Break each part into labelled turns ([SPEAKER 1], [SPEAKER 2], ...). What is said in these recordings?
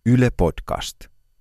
[SPEAKER 1] Yle Podcast.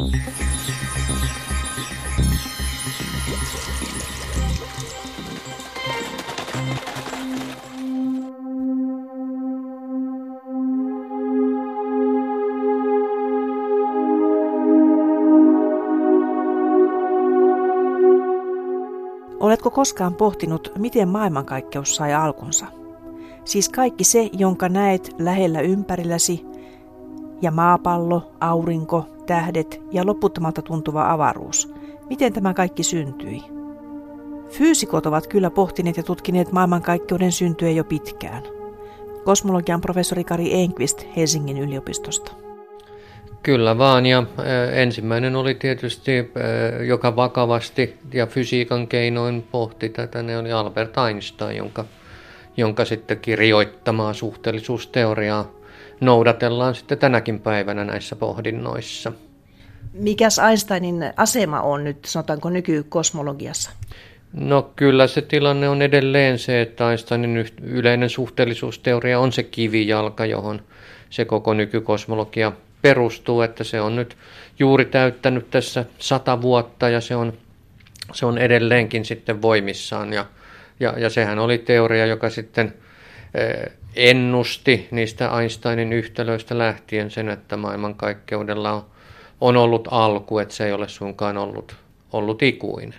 [SPEAKER 2] Oletko koskaan pohtinut, miten maailmankaikkeus sai alkunsa? Siis kaikki se, jonka näet lähellä ympärilläsi, ja maapallo, aurinko, tähdet ja loputtomalta tuntuva avaruus. Miten tämä kaikki syntyi? Fyysikot ovat kyllä pohtineet ja tutkineet maailmankaikkeuden syntyä jo pitkään. Kosmologian professori Kari Enqvist Helsingin yliopistosta.
[SPEAKER 3] Kyllä vaan, ja ensimmäinen oli tietysti, joka vakavasti ja fysiikan keinoin pohti tätä, ne oli Albert Einstein, jonka sitten kirjoittamaa suhteellisuusteoriaa noudatellaan sitten tänäkin päivänä näissä pohdinnoissa.
[SPEAKER 2] Mikäs Einsteinin asema on nyt, sanotaanko nykykosmologiassa?
[SPEAKER 3] No kyllä se tilanne on edelleen se, että Einsteinin yleinen suhteellisuusteoria on se kivijalka, johon se koko nykykosmologia perustuu, että se on nyt juuri täyttänyt tässä 100 vuotta ja se on edelleenkin sitten voimissaan ja sehän oli teoria, joka sitten ennusti niistä Einsteinin yhtälöistä lähtien sen, että maailmankaikkeudella on ollut alku, että se ei ole suinkaan ollut ikuinen.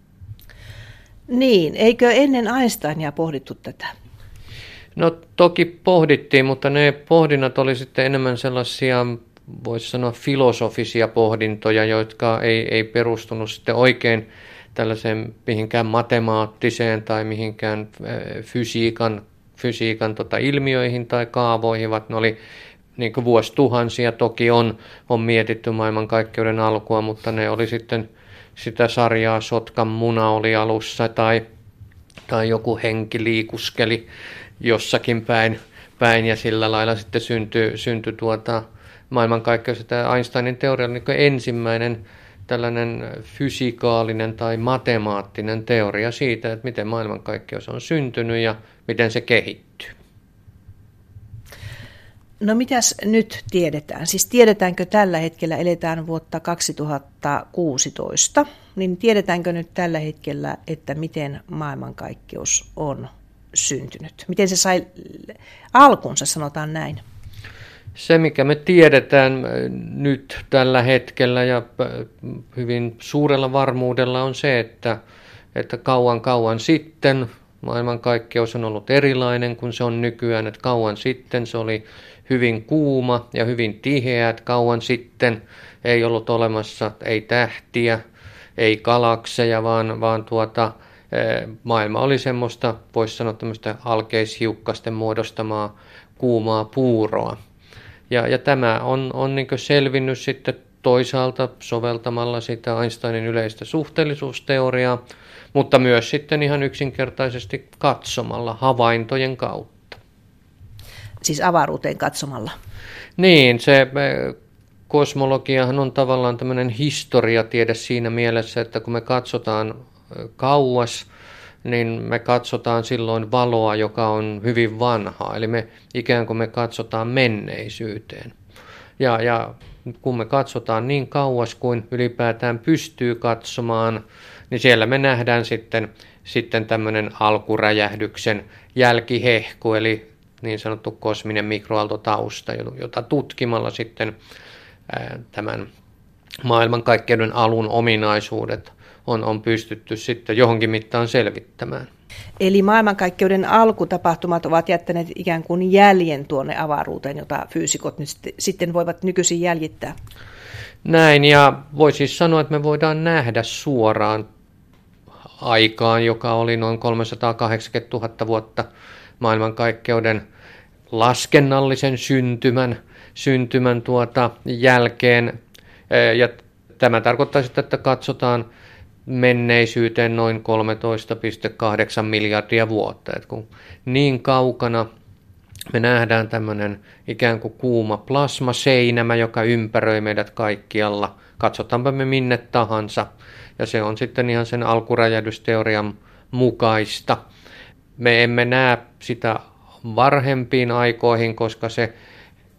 [SPEAKER 2] Niin, eikö ennen Einsteinia pohdittu tätä?
[SPEAKER 3] No toki pohdittiin, mutta ne pohdinnat oli sitten enemmän sellaisia, voisi sanoa filosofisia pohdintoja, jotka ei perustunut sitten oikein tällaiseen mihinkään matemaattiseen tai mihinkään fysiikan ilmiöihin tai kaavoihin, vaan ne oli niin kuin vuosituhansia toki on mietitty maailmankaikkeuden alkua, mutta ne oli sitten sitä sarjaa Sotkan muna oli alussa tai joku henki liikuskeli jossakin päin ja sillä lailla sitten syntyi maailmankaikkeus. Tämä Einsteinin teoria oli niin kuin ensimmäinen tällainen fysikaalinen tai matemaattinen teoria siitä, että miten maailmankaikkeus on syntynyt ja miten se kehittyy.
[SPEAKER 2] No mitäs nyt tiedetään? Siis tiedetäänkö tällä hetkellä, eletään vuotta 2016, niin tiedetäänkö nyt tällä hetkellä, että miten maailmankaikkeus on syntynyt? Miten se sai alkunsa, sanotaan näin?
[SPEAKER 3] Se, mikä me tiedetään nyt tällä hetkellä ja hyvin suurella varmuudella on se, että kauan sitten maailmankaikkeus on ollut erilainen kuin se on nykyään. Että kauan sitten se oli hyvin kuuma ja hyvin tiheä. Että kauan sitten ei ollut olemassa ei tähtiä, ei galakseja, vaan maailma oli semmoista, voisi sanoa tämmöistä alkeishiukkasten muodostamaa kuumaa puuroa. Ja tämä on niin kuin selvinnyt sitten toisaalta soveltamalla sitä Einsteinin yleistä suhteellisuusteoriaa, mutta myös sitten ihan yksinkertaisesti katsomalla havaintojen kautta.
[SPEAKER 2] Siis avaruuteen katsomalla?
[SPEAKER 3] Niin, se kosmologiahan on tavallaan tämmöinen historiatiede siinä mielessä, että kun me katsotaan kauas, niin me katsotaan silloin valoa, joka on hyvin vanhaa. Eli me ikään kuin me katsotaan menneisyyteen. Ja kun me katsotaan niin kauas kuin ylipäätään pystyy katsomaan, niin siellä me nähdään sitten tämmöinen alkuräjähdyksen jälkihehku, eli niin sanottu kosminen mikroaaltotausta, jota tutkimalla sitten tämän maailmankaikkeuden alun ominaisuudet on pystytty sitten johonkin mittaan selvittämään.
[SPEAKER 2] Eli maailmankaikkeuden alkutapahtumat ovat jättäneet ikään kuin jäljen tuonne avaruuteen, jota fyysikot nyt sitten voivat nykyisin jäljittää.
[SPEAKER 3] Näin, ja voi siis sanoa, että me voidaan nähdä suoraan aikaan, joka oli noin 380 000 vuotta maailmankaikkeuden laskennallisen syntymän jälkeen. Ja tämä tarkoittaa sitten, että katsotaan menneisyyteen noin 13,8 miljardia vuotta. Et kun niin kaukana me nähdään tämmöinen ikään kuin kuuma plasmaseinämä, joka ympäröi meidät kaikkialla. Katsotaanpa me minne tahansa. Ja se on sitten ihan sen alkuräjähdysteorian mukaista. Me emme näe sitä varhempiin aikoihin, koska se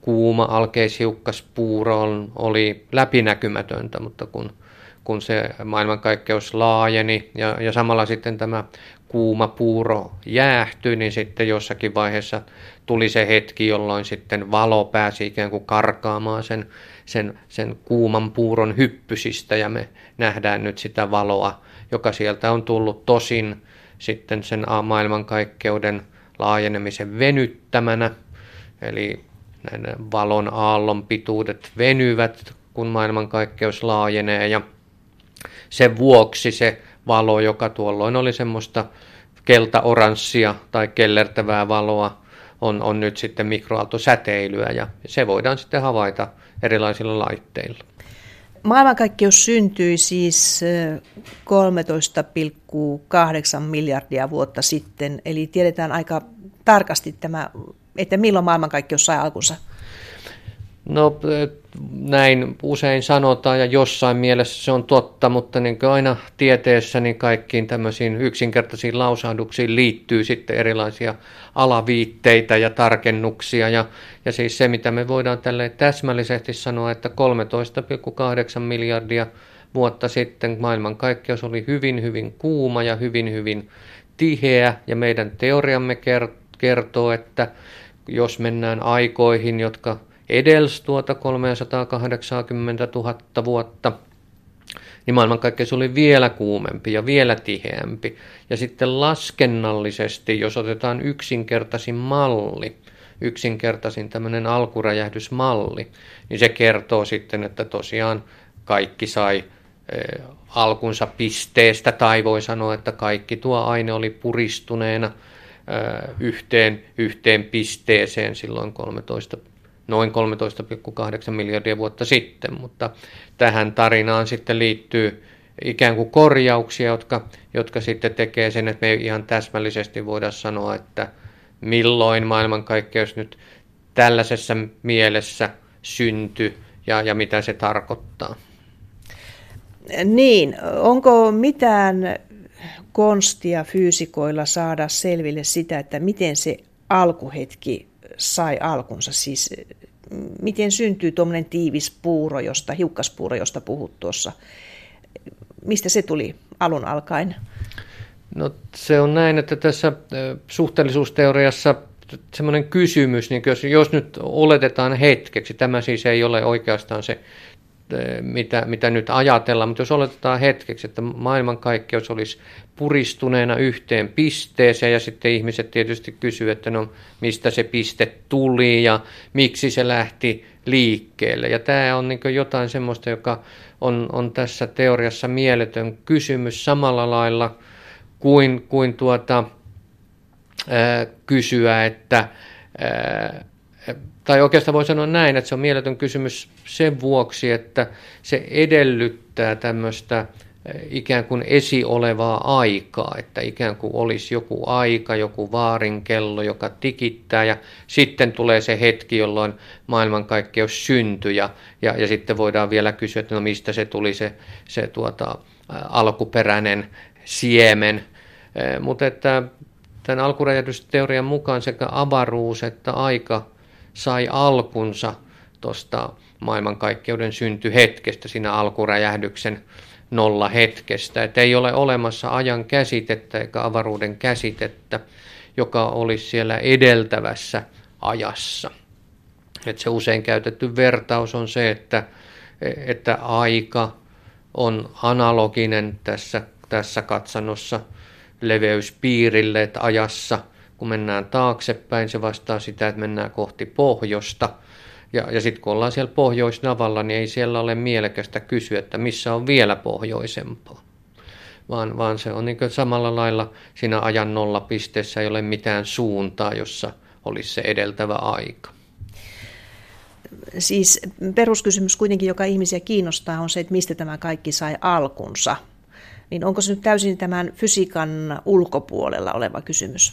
[SPEAKER 3] kuuma alkeishiukkaspuuro oli läpinäkymätöntä, mutta kun se maailmankaikkeus laajeni ja samalla sitten tämä kuuma puuro jäähtyi, niin sitten jossakin vaiheessa tuli se hetki, jolloin sitten valo pääsi ikään kuin karkaamaan sen kuuman puuron hyppysistä, ja me nähdään nyt sitä valoa, joka sieltä on tullut tosin sitten sen maailmankaikkeuden laajenemisen venyttämänä, eli näiden valon aallon pituudet venyvät, kun maailmankaikkeus laajenee, ja sen vuoksi se valo, joka tuolloin oli semmoista keltaoranssia tai kellertävää valoa, on nyt sitten mikroaaltosäteilyä, ja se voidaan sitten havaita erilaisilla laitteilla.
[SPEAKER 2] Maailmankaikkeus syntyi siis 13,8 miljardia vuotta sitten, eli tiedetään aika tarkasti tämä, että milloin maailmankaikkeus sai alkunsa.
[SPEAKER 3] No näin usein sanotaan ja jossain mielessä se on totta, mutta niin kuin aina tieteessä niin kaikkiin tämmöisiin yksinkertaisiin lausahduksiin liittyy sitten erilaisia alaviitteitä ja tarkennuksia. Ja siis se, mitä me voidaan tälleen täsmällisesti sanoa, että 13,8 miljardia vuotta sitten maailmankaikkeus oli hyvin, hyvin kuuma ja hyvin, hyvin tiheä. Ja meidän teoriamme kertoo, että jos mennään aikoihin, jotka edelsi tuota 380 000 vuotta, niin maailmankaikkeus oli vielä kuumempi ja vielä tiheämpi. Ja sitten laskennallisesti, jos otetaan yksinkertaisin tämmöinen alkuräjähdysmalli, niin se kertoo sitten, että tosiaan kaikki sai alkunsa pisteestä, tai voi sanoa, että kaikki tuo aine oli puristuneena yhteen pisteeseen silloin noin 13,8 miljardia vuotta sitten, mutta tähän tarinaan sitten liittyy ikään kuin korjauksia, jotka sitten tekee sen, että me ei ihan täsmällisesti voida sanoa, että milloin maailmankaikkeus nyt tällaisessa mielessä syntyi ja mitä se tarkoittaa.
[SPEAKER 2] Niin, onko mitään konstia fyysikoilla saada selville sitä, että miten se alkuhetki sai alkunsa, siis miten syntyy tuommoinen tiivis puuro, hiukkaspuuro, josta puhut tuossa, mistä se tuli alun alkaen?
[SPEAKER 3] No se on näin, että tässä suhteellisuusteoriassa semmoinen kysymys, niin jos nyt oletetaan hetkeksi, tämä siis ei ole oikeastaan se, mitä nyt ajatellaan, mutta jos oletetaan hetkeksi, että maailmankaikkeus olisi puristuneena yhteen pisteeseen, ja sitten ihmiset tietysti kysyvät, että no mistä se piste tuli ja miksi se lähti liikkeelle. Ja tämä on niin kuin jotain semmoista, joka on tässä teoriassa mieletön kysymys samalla lailla kuin kysyä, että tai oikeastaan voi sanoa näin, että se on mieletön kysymys sen vuoksi, että se edellyttää tämmöistä ikään kuin esiolevaa aikaa, että ikään kuin olisi joku aika, joku vaarinkello, joka tikittää, ja sitten tulee se hetki, jolloin maailmankaikkeus syntyi, ja sitten voidaan vielä kysyä, että no mistä se tuli se alkuperäinen siemen, mutta että tämän alkuräjähdysteorian mukaan sekä avaruus että aika sai alkunsa tuosta maailmankaikkeuden syntyhetkestä, siinä alkuräjähdyksen nollahetkestä. Että ei ole olemassa ajan käsitettä eikä avaruuden käsitettä, joka olisi siellä edeltävässä ajassa. Että se usein käytetty vertaus on se, että aika on analoginen tässä katsannossa leveyspiirille, että ajassa kun mennään taaksepäin, se vastaa sitä, että mennään kohti pohjoista. Ja sitten kun ollaan siellä pohjoisnavalla, niin ei siellä ole mielekästä kysyä, että missä on vielä pohjoisempaa. Vaan se on niin kuin samalla lailla siinä ajan nollapisteessä ei ole mitään suuntaa, jossa olisi se edeltävä aika.
[SPEAKER 2] Siis peruskysymys kuitenkin, joka ihmisiä kiinnostaa, on se, että mistä tämä kaikki sai alkunsa. Niin onko se nyt täysin tämän fysiikan ulkopuolella oleva kysymys?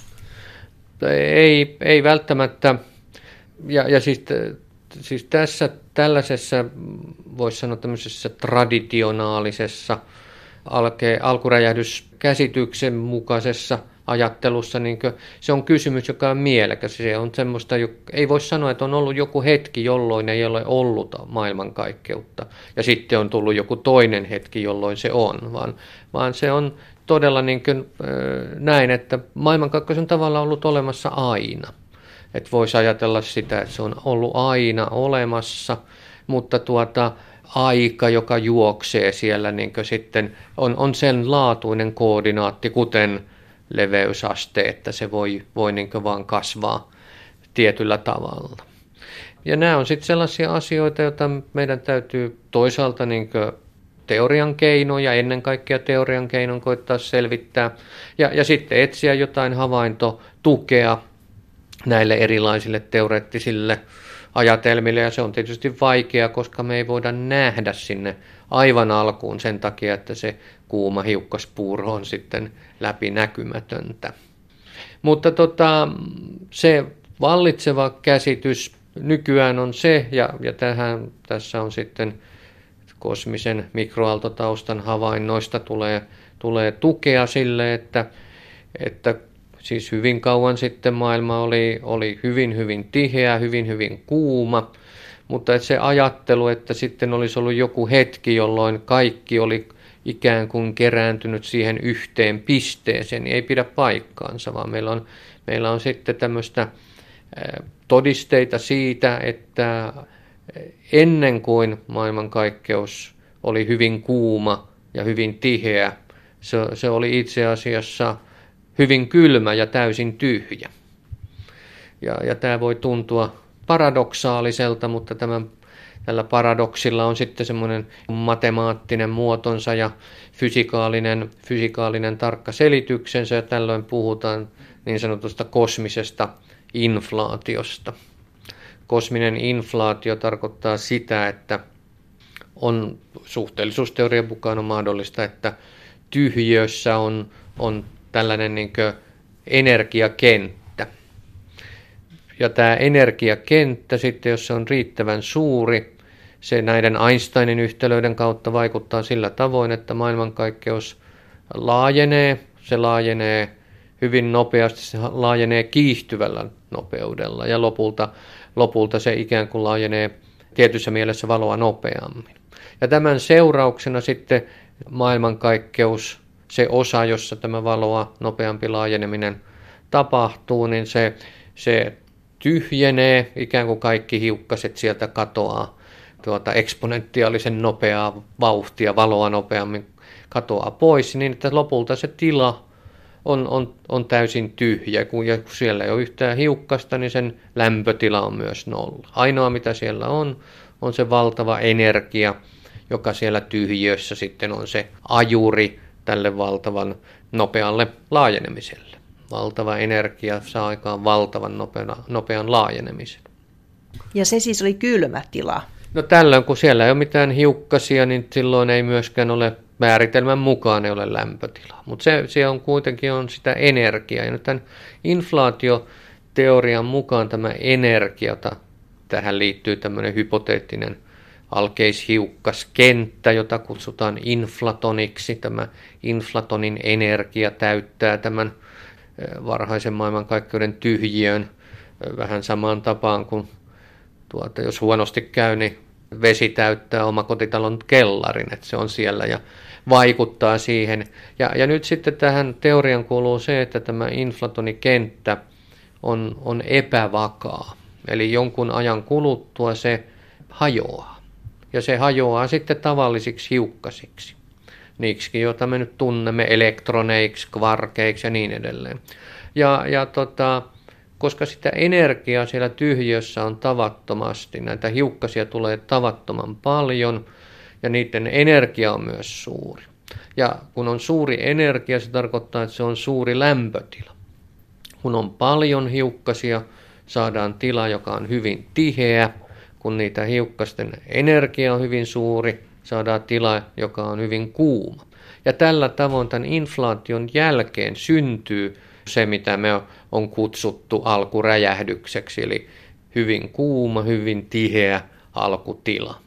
[SPEAKER 3] Ei välttämättä. Ja siis tässä tällaisessa, voisi sanoa tämmöisessä traditionaalisessa alkuräjähdyskäsityksen mukaisessa ajattelussa niin se on kysymys, joka on mielekäs. Se on semmoista, ei voi sanoa, että on ollut joku hetki, jolloin ei ole ollut maailmankaikkeutta, ja sitten on tullut joku toinen hetki, jolloin se on, vaan se on todella niin kuin, näin, että maailmankaikkeus on tavallaan ollut olemassa aina. Että voisi ajatella sitä, että se on ollut aina olemassa, mutta aika, joka juoksee siellä, niin sitten on sen laatuinen koordinaatti, kuten leveysaste, että se voi niin vaan kasvaa tietyllä tavalla. Ja nämä on sitten sellaisia asioita, joita meidän täytyy toisaalta niin teorian keinoin ja ennen kaikkea teorian keinoin koittaa selvittää ja sitten etsiä jotain havaintotukea näille erilaisille teoreettisille ajatelmille, ja se on tietysti vaikea, koska me ei voida nähdä sinne aivan alkuun sen takia, että se kuuma hiukkaspuuro on sitten läpinäkymätöntä. Mutta se vallitseva käsitys nykyään on se, ja tässä on sitten kosmisen mikroaaltotaustan havainnoista tulee tukea sille, että siis hyvin kauan sitten maailma oli hyvin, hyvin tiheä, hyvin, hyvin kuuma, mutta että se ajattelu, että sitten olisi ollut joku hetki, jolloin kaikki oli ikään kuin kerääntynyt siihen yhteen pisteeseen, niin ei pidä paikkaansa, vaan meillä on sitten tämmöistä todisteita siitä, että ennen kuin maailmankaikkeus oli hyvin kuuma ja hyvin tiheä, se oli itse asiassa hyvin kylmä ja täysin tyhjä. Ja tämä voi tuntua paradoksaaliselta, mutta tällä paradoksilla on sitten semmoinen matemaattinen muotonsa ja fysikaalinen tarkka selityksensä, ja tällöin puhutaan niin sanotusta kosmisesta inflaatiosta. Kosminen inflaatio tarkoittaa sitä, että on suhteellisuusteorian mukaan on mahdollista, että tyhjössä on tällainen niin kuin energiakenttä. Ja tämä energiakenttä sitten, jos se on riittävän suuri, se näiden Einsteinin yhtälöiden kautta vaikuttaa sillä tavoin, että maailmankaikkeus laajenee. Se laajenee hyvin nopeasti, se laajenee kiihtyvällä nopeudella ja lopulta se ikään kuin laajenee tietyssä mielessä valoa nopeammin. Ja tämän seurauksena sitten maailmankaikkeus, se osa, jossa tämä valoa nopeampi laajeneminen tapahtuu, niin se tyhjenee, ikään kuin kaikki hiukkaset sieltä katoaa eksponentiaalisen nopeaa vauhtia, valoa nopeammin katoaa pois, niin että lopulta se tila on täysin tyhjä, kun siellä ei ole yhtään hiukkasta, niin sen lämpötila on myös nolla. Ainoa mitä siellä on se valtava energia, joka siellä tyhjössä sitten on se ajuri tälle valtavan nopealle laajenemiselle. Valtava energia saa aikaan valtavan nopean laajenemisen.
[SPEAKER 2] Ja se siis oli kylmä tila.
[SPEAKER 3] No tällöin, kun siellä ei ole mitään hiukkasia, niin silloin ei myöskään ole määritelmän mukaan ei ole lämpötila. Mutta se on kuitenkin sitä energiaa. Ja nyt tämän inflaatioteorian mukaan tämä energiata, tähän liittyy tämmöinen hypoteettinen alkeishiukkaskenttä, jota kutsutaan inflatoniksi. Tämä inflatonin energia täyttää tämän varhaisen maailmankaikkeuden tyhjiön vähän samaan tapaan kuin jos huonosti käy, niin vesi täyttää omakotitalon kellarin, että se on siellä ja vaikuttaa siihen. Ja nyt sitten tähän teorian kuuluu se, että tämä inflatonikenttä on epävakaa. Eli jonkun ajan kuluttua se hajoaa. Ja se hajoaa sitten tavallisiksi hiukkasiksi. Niiksi, joita me nyt tunnemme elektroneiksi, kvarkeiksi ja niin edelleen. Koska sitä energiaa siellä tyhjössä on tavattomasti, näitä hiukkasia tulee tavattoman paljon ja niiden energia on myös suuri. Ja kun on suuri energia, se tarkoittaa, että se on suuri lämpötila. Kun on paljon hiukkasia, saadaan tila, joka on hyvin tiheä. Kun niitä hiukkasten energia on hyvin suuri, saadaan tila, joka on hyvin kuuma. Ja tällä tavoin tämän inflaation jälkeen syntyy se, mitä me on kutsuttu alkuräjähdykseksi, eli hyvin kuuma, hyvin tiheä alkutila.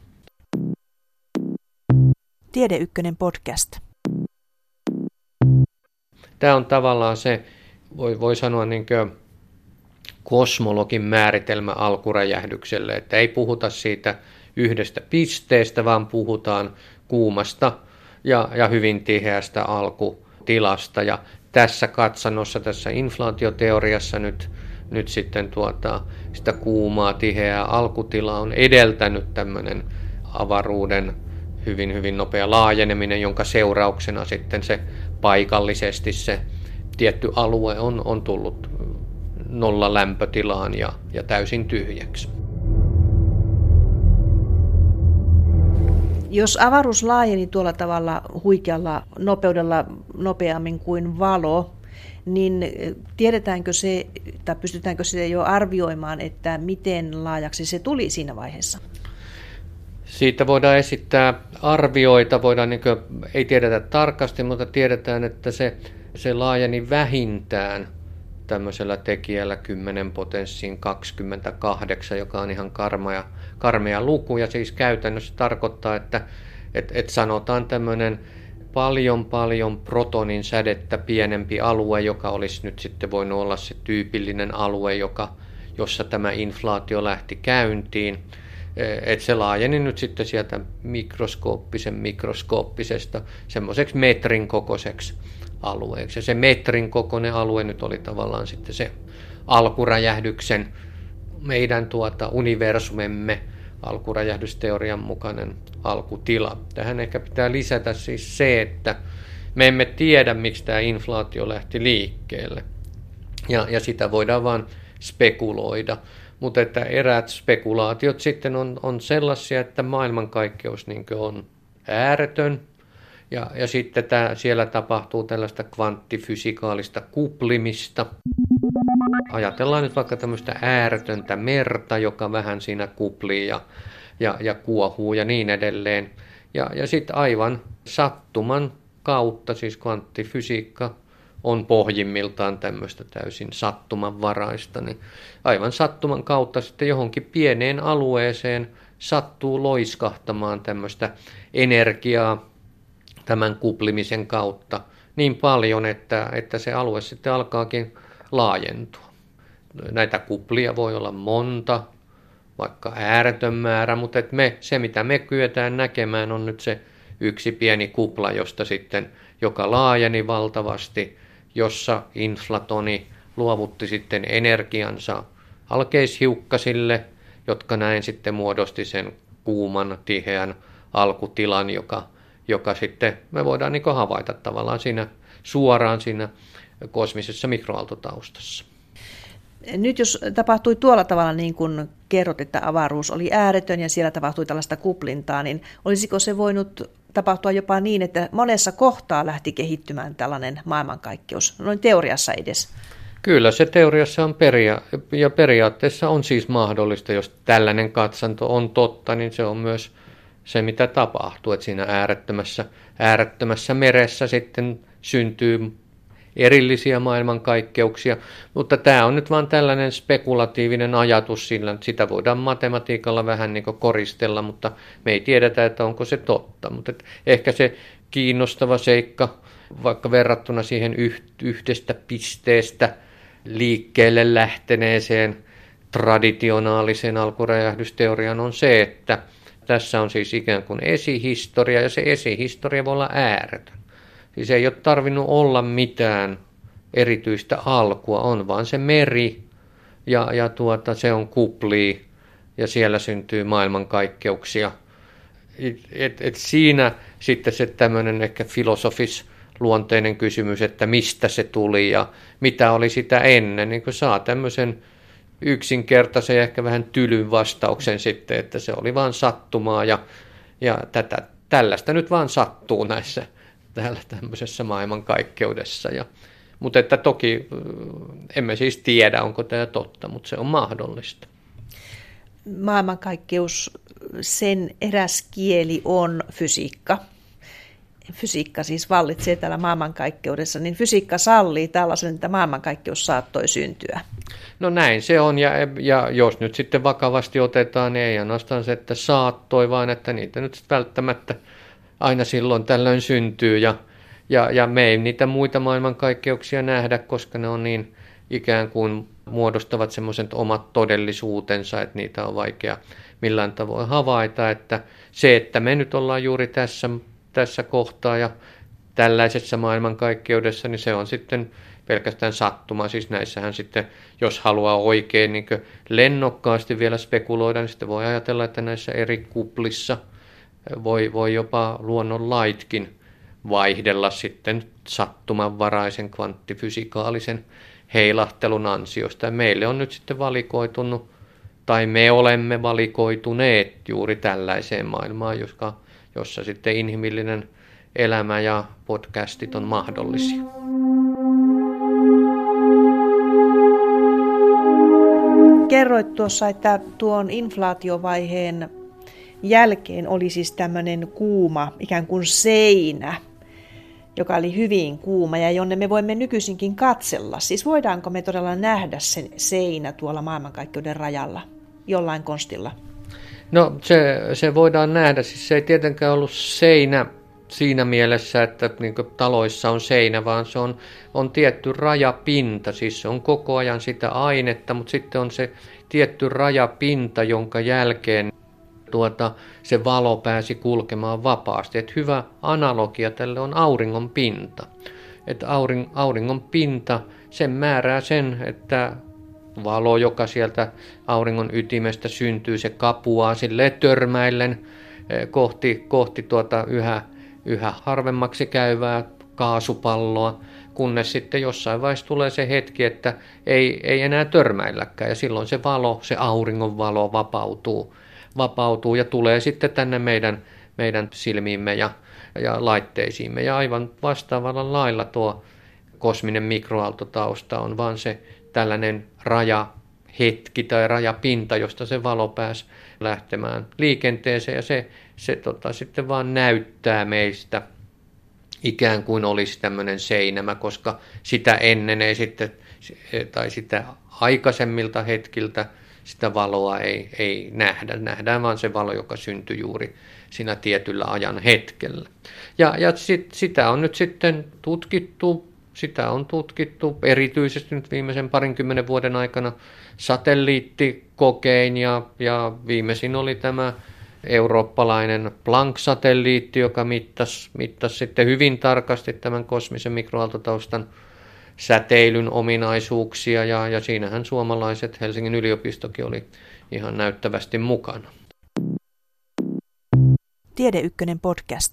[SPEAKER 2] Tiede Ykkönen podcast.
[SPEAKER 3] Tämä on tavallaan se voi sanoa niin kuin kosmologin määritelmä alkuräjähdykselle, että ei puhuta siitä yhdestä pisteestä, vaan puhutaan kuumasta ja hyvin tiheästä alkutilasta. Ja tässä katsannossa, tässä inflaatioteoriassa nyt sitten sitä kuumaa, tiheää alkutilaa on edeltänyt tämmöinen avaruuden hyvin, hyvin nopea laajeneminen, jonka seurauksena sitten se paikallisesti se tietty alue on tullut nolla lämpötilaan ja täysin tyhjäksi.
[SPEAKER 2] Jos avaruus laajeni tuolla tavalla huikealla nopeudella nopeammin kuin valo, niin tiedetäänkö se, tai pystytäänkö sitä jo arvioimaan, että miten laajaksi se tuli siinä vaiheessa?
[SPEAKER 3] Siitä voidaan esittää arvioita, ei tiedetä tarkasti, mutta tiedetään, että se laajeni vähintään tämmöisellä tekijällä 10 potenssiin 28, joka on ihan karmea luku, ja siis käytännössä tarkoittaa, että sanotaan tämmöinen paljon protonin sädettä pienempi alue, joka olisi nyt sitten voinut olla se tyypillinen alue, jossa tämä inflaatio lähti käyntiin. Että se laajeni nyt sitten sieltä mikroskooppisesta semmoiseksi metrin kokoiseksi alueeksi. Ja se metrin kokoinen alue nyt oli tavallaan sitten se alkuräjähdyksen, meidän universumemme alkuräjähdysteorian mukainen alkutila. Tähän ehkä pitää lisätä siis se, että me emme tiedä, miksi tämä inflaatio lähti liikkeelle. Ja sitä voidaan vaan spekuloida. Mutta että eräät spekulaatiot sitten on sellaisia, että maailmankaikkeus on ääretön. Ja sitten siellä tapahtuu tällaista kvanttifysikaalista kuplimista. Ajatellaan nyt vaikka tämmöistä ääretöntä merta, joka vähän siinä kuplii ja kuohuu ja niin edelleen. Ja sitten aivan sattuman kautta, siis kvanttifysiikka on pohjimmiltaan tämmöistä täysin sattumanvaraista, niin aivan sattuman kautta sitten johonkin pieneen alueeseen sattuu loiskahtamaan tämmöistä energiaa tämän kuplimisen kautta niin paljon, että se alue sitten alkaakin laajentua. Näitä kuplia voi olla monta, vaikka ääretön määrä, mutta se mitä me kyetään näkemään on nyt se yksi pieni kupla, josta sitten, joka laajeni valtavasti, jossa inflatoni luovutti sitten energiansa alkeishiukkasille, jotka näin sitten muodosti kuuman, tiheän alkutilan, joka sitten me voidaan havaita tavallaan suoraan siinä kosmisessa mikroaaltotaustassa.
[SPEAKER 2] Nyt jos tapahtui tuolla tavalla niin kuin kerrot, että avaruus oli ääretön ja siellä tapahtui tällaista kuplintaa, niin olisiko se voinut tapahtua jopa niin, että monessa kohtaa lähti kehittymään tällainen maailmankaikkeus, noin teoriassa edes?
[SPEAKER 3] Kyllä se teoriassa on ja periaatteessa on siis mahdollista, jos tällainen katsanto on totta, niin se on myös se, mitä tapahtuu, että siinä äärettömässä meressä sitten syntyy erillisiä maailmankaikkeuksia, mutta tämä on nyt vain tällainen spekulatiivinen ajatus, sillä sitä voidaan matematiikalla vähän niin kuin koristella, mutta me ei tiedetä, että onko se totta, mutta ehkä se kiinnostava seikka, vaikka verrattuna siihen yhdestä pisteestä liikkeelle lähteneeseen traditionaaliseen alkuräjähdysteoriaan on se, että tässä on siis ikään kuin esihistoria, ja se esihistoria voi olla ääretön. Siis ei ole tarvinnut olla mitään erityistä alkua, on vaan se meri, ja se on kuplii, ja siellä syntyy maailmankaikkeuksia. Siinä sitten se tämmöinen ehkä filosofis-luonteinen kysymys, että mistä se tuli ja mitä oli sitä ennen, niin kun saa tämmöisen yksinkertaisen ja ehkä vähän tylyn vastauksen sitten, että se oli vaan sattumaa ja tällaista nyt vaan sattuu täällä tämmöisessä maailmankaikkeudessa. Mutta että toki emme siis tiedä, onko tämä totta, mutta se on mahdollista.
[SPEAKER 2] Maailmankaikkeus, sen eräs kieli on fysiikka. Fysiikka siis vallitsee täällä maailmankaikkeudessa, niin fysiikka sallii tällaisen, että maailmankaikkeus saattoi syntyä.
[SPEAKER 3] No näin se on, ja jos nyt sitten vakavasti otetaan, niin ei ainoastaan se, että saattoi, vaan että niitä nyt välttämättä aina silloin tällöin syntyy, Ja me ei niitä muita maailmankaikkeuksia nähdä, koska ne on niin ikään kuin muodostavat semmoisen omat todellisuutensa, että niitä on vaikea millään tavoin havaita. Että se, että me nyt ollaan juuri tässä kohtaa ja tällaisessa maailmankaikkeudessa, niin se on sitten pelkästään sattuma. Siis näissähän sitten, jos haluaa oikein niin lennokkaasti vielä spekuloida, niin sitten voi ajatella, että näissä eri kuplissa voi jopa luonnonlaitkin vaihdella sitten sattumanvaraisen kvanttifysikaalisen heilahtelun ansiosta. Ja meille on nyt sitten valikoitunut, tai me olemme valikoituneet juuri tällaiseen maailmaan, jossa sitten inhimillinen elämä ja podcastit on mahdollisia.
[SPEAKER 2] Kerroit tuossa, että tuon inflaatiovaiheen jälkeen oli siis tämmöinen kuuma, ikään kuin seinä, joka oli hyvin kuuma ja jonne me voimme nykyisinkin katsella. Siis voidaanko me todella nähdä sen seinä tuolla maailmankaikkeuden rajalla jollain konstilla?
[SPEAKER 3] No se voidaan nähdä. Siis se ei tietenkään ollut seinä siinä mielessä, että niin taloissa on seinä, vaan se on tietty rajapinta. Siis se on koko ajan sitä ainetta, mutta sitten on se tietty rajapinta, jonka jälkeen se valo pääsi kulkemaan vapaasti. Et hyvä analogia tälle on auringon pinta. Et auringon pinta, sen määrää sen, että valo, joka sieltä auringon ytimestä syntyy, se kapuaa silleen törmäillen kohti yhä harvemmaksi käyvää kaasupalloa, kunnes sitten jossain vaiheessa tulee se hetki, että ei enää törmäilläkään, ja silloin se valo, se auringon valo vapautuu ja tulee sitten tänne meidän silmiimme ja laitteisiimme. Ja aivan vastaavalla lailla tuo kosminen mikroaaltotausta on vaan se tällainen rajahetki tai rajapinta, josta se valo pääsi lähtemään liikenteeseen, ja se sitten vaan näyttää meistä ikään kuin olisi tämmöinen seinämä, koska sitä ennen ei sitten, tai sitä aikaisemmilta hetkiltä sitä valoa ei nähdä. Nähdään vaan se valo, joka syntyi juuri siinä tietyllä ajan hetkellä. Ja sitä on nyt sitten tutkittu. Sitä on tutkittu erityisesti nyt viimeisen 20 vuoden aikana satelliittikokein, ja viimeisin oli tämä eurooppalainen Planck-satelliitti, joka mittasi sitten hyvin tarkasti tämän kosmisen mikroaaltotaustan säteilyn ominaisuuksia, ja siinähän suomalaiset, Helsingin yliopistokin oli ihan näyttävästi mukana.
[SPEAKER 2] Tiede Ykkönen podcast.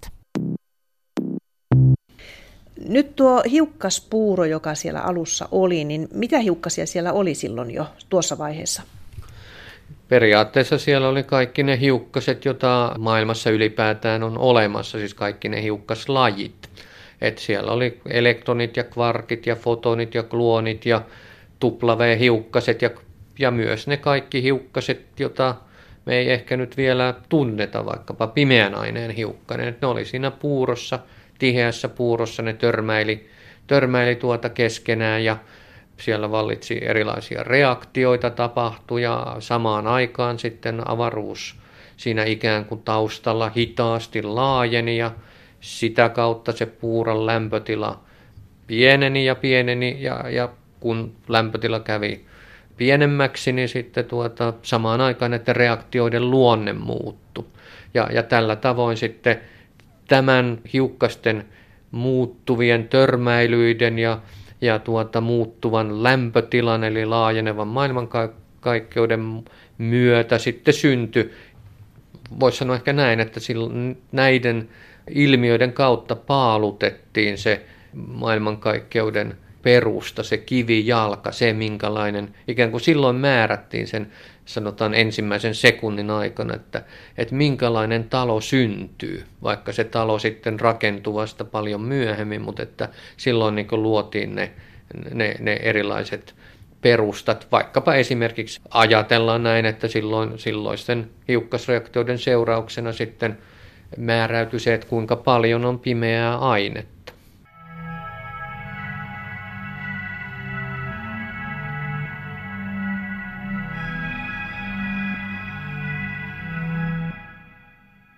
[SPEAKER 2] Nyt tuo hiukkaspuuro, joka siellä alussa oli, niin mitä hiukkasia siellä oli silloin jo tuossa vaiheessa?
[SPEAKER 3] Periaatteessa siellä oli kaikki ne hiukkaset, joita maailmassa ylipäätään on olemassa, siis kaikki ne hiukkaslajit. Et siellä oli elektronit ja kvarkit ja fotonit ja gluonit ja W-hiukkaset ja myös ne kaikki hiukkaset, joita me ei ehkä nyt vielä tunneta, vaikkapa pimeän aineen hiukkanen. Ne oli siinä puurossa, tiheässä puurossa, ne törmäili keskenään, ja siellä vallitsi erilaisia reaktioita, tapahtui, ja samaan aikaan sitten avaruus siinä ikään kuin taustalla hitaasti laajeni, ja sitä kautta se puuron lämpötila pieneni, ja kun lämpötila kävi pienemmäksi, niin sitten samaan aikaan näiden reaktioiden luonne muuttui. Ja tällä tavoin sitten tämän hiukkasten muuttuvien törmäilyiden ja muuttuvan lämpötilan eli laajenevan maailmankaikkeuden myötä sitten syntyi, voisi sanoa ehkä näin, että näiden ilmiöiden kautta paalutettiin se maailmankaikkeuden perusta, se kivijalka, se minkälainen, ikään kuin silloin määrättiin sen, sanotaan ensimmäisen sekunnin aikana, että minkälainen talo syntyy, vaikka se talo sitten rakentuu vasta paljon myöhemmin, mutta että silloin niin kuin luotiin ne erilaiset perustat, vaikkapa esimerkiksi ajatellaan näin, että silloisten hiukkasreaktioiden seurauksena sitten määräytyi se, että kuinka paljon on pimeää ainetta.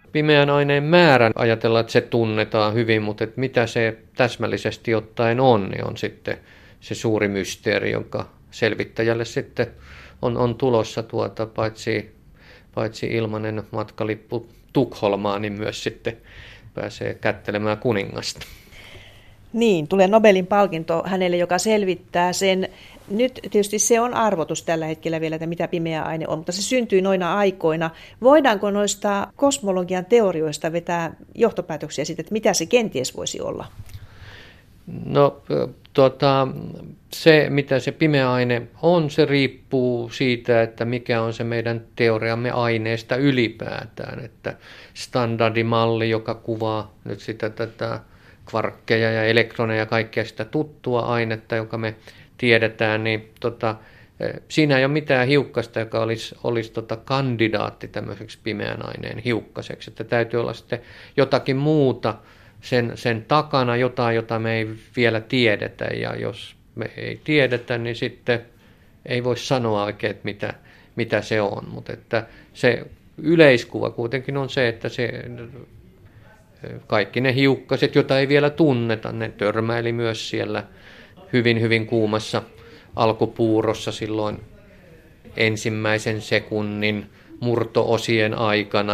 [SPEAKER 3] pimeän aineen määrän ajatellaan, että se tunnetaan hyvin, mutta että mitä se täsmällisesti ottaen on, niin on sitten se suuri mysteeri, jonka selvittäjälle sitten on tulossa paitsi ilmainen matkalippu Tukholmaan, niin myös sitten pääsee kättelemään kuningasta.
[SPEAKER 2] Niin, tulee Nobelin palkinto hänelle, joka selvittää sen. Nyt tietysti se on arvotus tällä hetkellä vielä, että mitä pimeä aine on, mutta se syntyi noina aikoina. Voidaanko noista kosmologian teorioista vetää johtopäätöksiä siitä, että mitä se kenties voisi olla?
[SPEAKER 3] No, se mitä se pimeä aine on, se riippuu siitä, että mikä on se meidän teoriamme aineesta ylipäätään. Että standardimalli, joka kuvaa nyt sitä tätä kvarkkeja ja elektroneja ja kaikkea sitä tuttua ainetta, joka me tiedetään, niin siinä ei ole mitään hiukkasta, joka olisi kandidaatti tämmöiseksi pimeän aineen hiukkaseksi. Että täytyy olla sitten jotakin muuta sen takana, jota me ei vielä tiedetä. Ja jos me ei tiedetä, niin sitten ei voi sanoa oikein, että mitä se on. Mutta että se yleiskuva kuitenkin on se, että kaikki ne hiukkaset, joita ei vielä tunneta, ne törmäili myös siellä hyvin, hyvin kuumassa alkupuurossa silloin ensimmäisen sekunnin murto-osien aikana